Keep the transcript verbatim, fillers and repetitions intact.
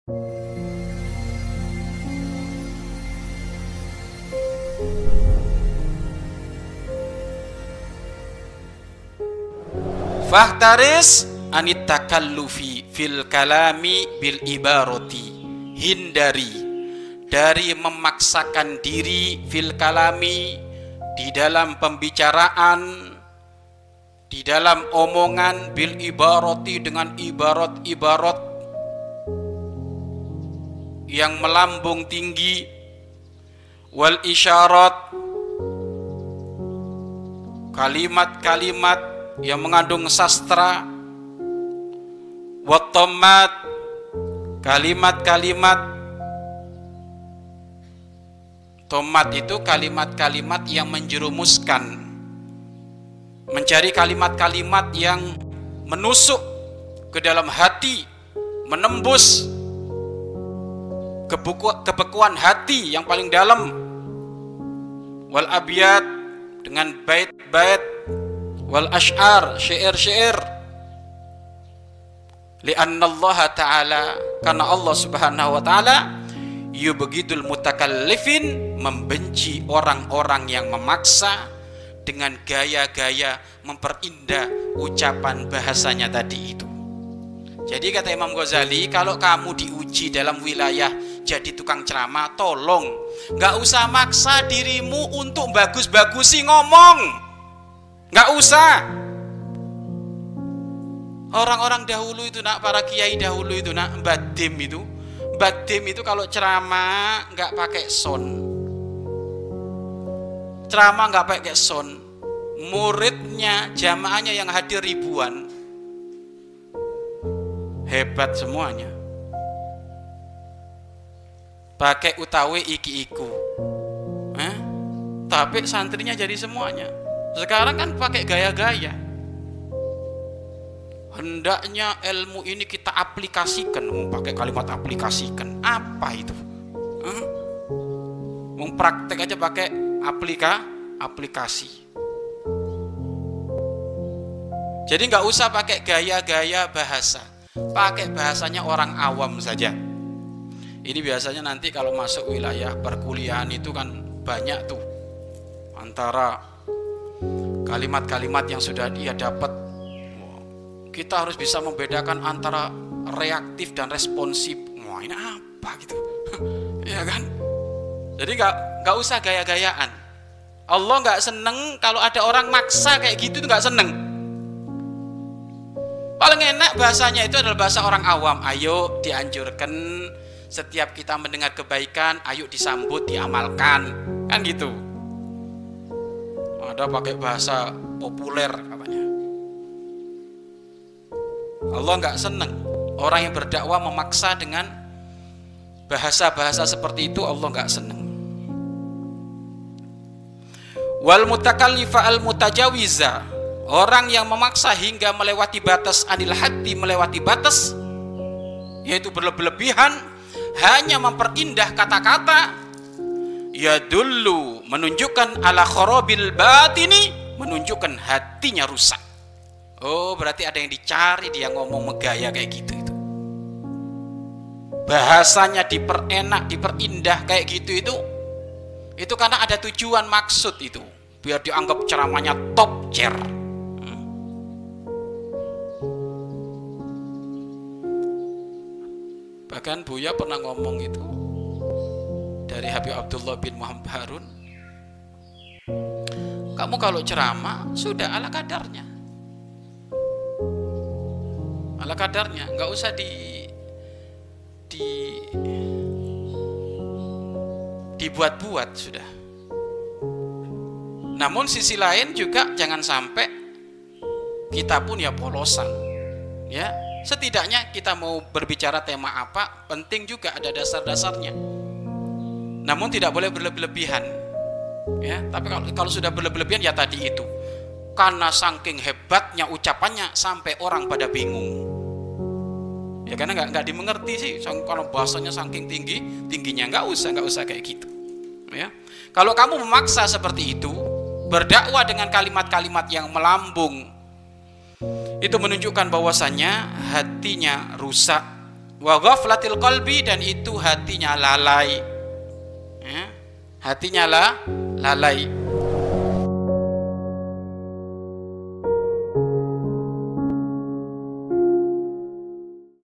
Fahtaris anit takallufi fil kalami bil ibarati, hindari dari memaksakan diri fil kalami, di dalam pembicaraan, di dalam omongan, bil ibarati, dengan ibarat-ibarat yang melambung tinggi, wal isyarat, kalimat-kalimat yang mengandung sastra, wattomat, kalimat-kalimat tomat itu kalimat-kalimat yang menjerumuskan, mencari kalimat-kalimat yang menusuk ke dalam hati, menembus kebuku, kebekuan hati yang paling dalam. Wal abiyat, dengan bait-bait, wal ash'ar, syair-syair. Li'anna Allah Ta'ala, karena Allah Subhanahu wa Ta'ala yubghidul mutakallifin, membenci orang-orang yang memaksa dengan gaya-gaya memperindah ucapan bahasanya tadi itu. Jadi kata Imam Ghazali, kalau kamu diuji dalam wilayah jadi tukang ceramah, tolong nggak usah maksa dirimu untuk bagus-bagusi ngomong, nggak usah. Orang-orang dahulu itu nak, para kiai dahulu itu nak, badim itu badim itu kalau ceramah nggak pakai sound, ceramah nggak pakai sound, muridnya, jamaahnya yang hadir ribuan, hebat semuanya, pakai utawi iki-iku, eh? Tapi santrinya jadi semuanya. Sekarang kan pakai gaya-gaya. Hendaknya ilmu ini kita aplikasikan, mau pakai kalimat aplikasikan, apa itu? Eh? Mau praktek aja pakai aplika, aplikasi. Jadi nggak usah pakai gaya-gaya bahasa, pakai bahasanya orang awam saja. Ini biasanya nanti kalau masuk wilayah perkuliahan itu kan banyak tuh antara kalimat-kalimat yang sudah dia dapat. Kita harus bisa membedakan antara reaktif dan responsif. Wah, ini apa gitu? Ya kan? Jadi nggak nggak usah gaya-gayaan. Allah nggak seneng kalau ada orang maksa kayak gitu, itu nggak seneng. Paling enak bahasanya itu adalah bahasa orang awam. Ayo dianjurkan, setiap kita mendengar kebaikan, ayo disambut, diamalkan, kan gitu. Ada pakai bahasa populer katanya. Allah nggak seneng orang yang berdakwah memaksa dengan bahasa-bahasa seperti itu. Allah nggak seneng. Wal mutakallifa al mutajawiza, orang yang memaksa hingga melewati batas, anil haddi, melewati batas, yaitu berlebihan, hanya memperindah kata-kata, ya dulu, menunjukkan ala kharabil batini, menunjukkan hatinya rusak. Oh, berarti ada yang dicari, dia ngomong megaya kayak gitu itu. Bahasanya diperenak, diperindah kayak gitu itu. Itu karena ada tujuan, maksud itu, biar dianggap ceramahnya top chair. Hmm. Bahkan Buya pernah ngomong itu dari Habib Abdullah bin Muhammad Harun, kamu kalau ceramah sudah ala kadarnya, ala kadarnya, nggak usah di di dibuat-buat sudah. Namun sisi lain juga jangan sampai kita pun ya polosan, ya. Setidaknya kita mau berbicara tema apa, penting juga ada dasar-dasarnya. Namun tidak boleh berlebihan, ya. Tapi kalau kalau sudah berlebihan ya tadi itu, karena saking hebatnya ucapannya sampai orang pada bingung. Ya karena nggak nggak dimengerti sih, kalau bahasanya saking tinggi tingginya, nggak usah nggak usah kayak gitu, ya. Kalau kamu memaksa seperti itu, berdakwah dengan kalimat-kalimat yang melambung, itu menunjukkan bahwasannya hatinya rusak, wa ghaflatil qalbi, dan itu hatinya lalai, ya, hatinya lah lalai.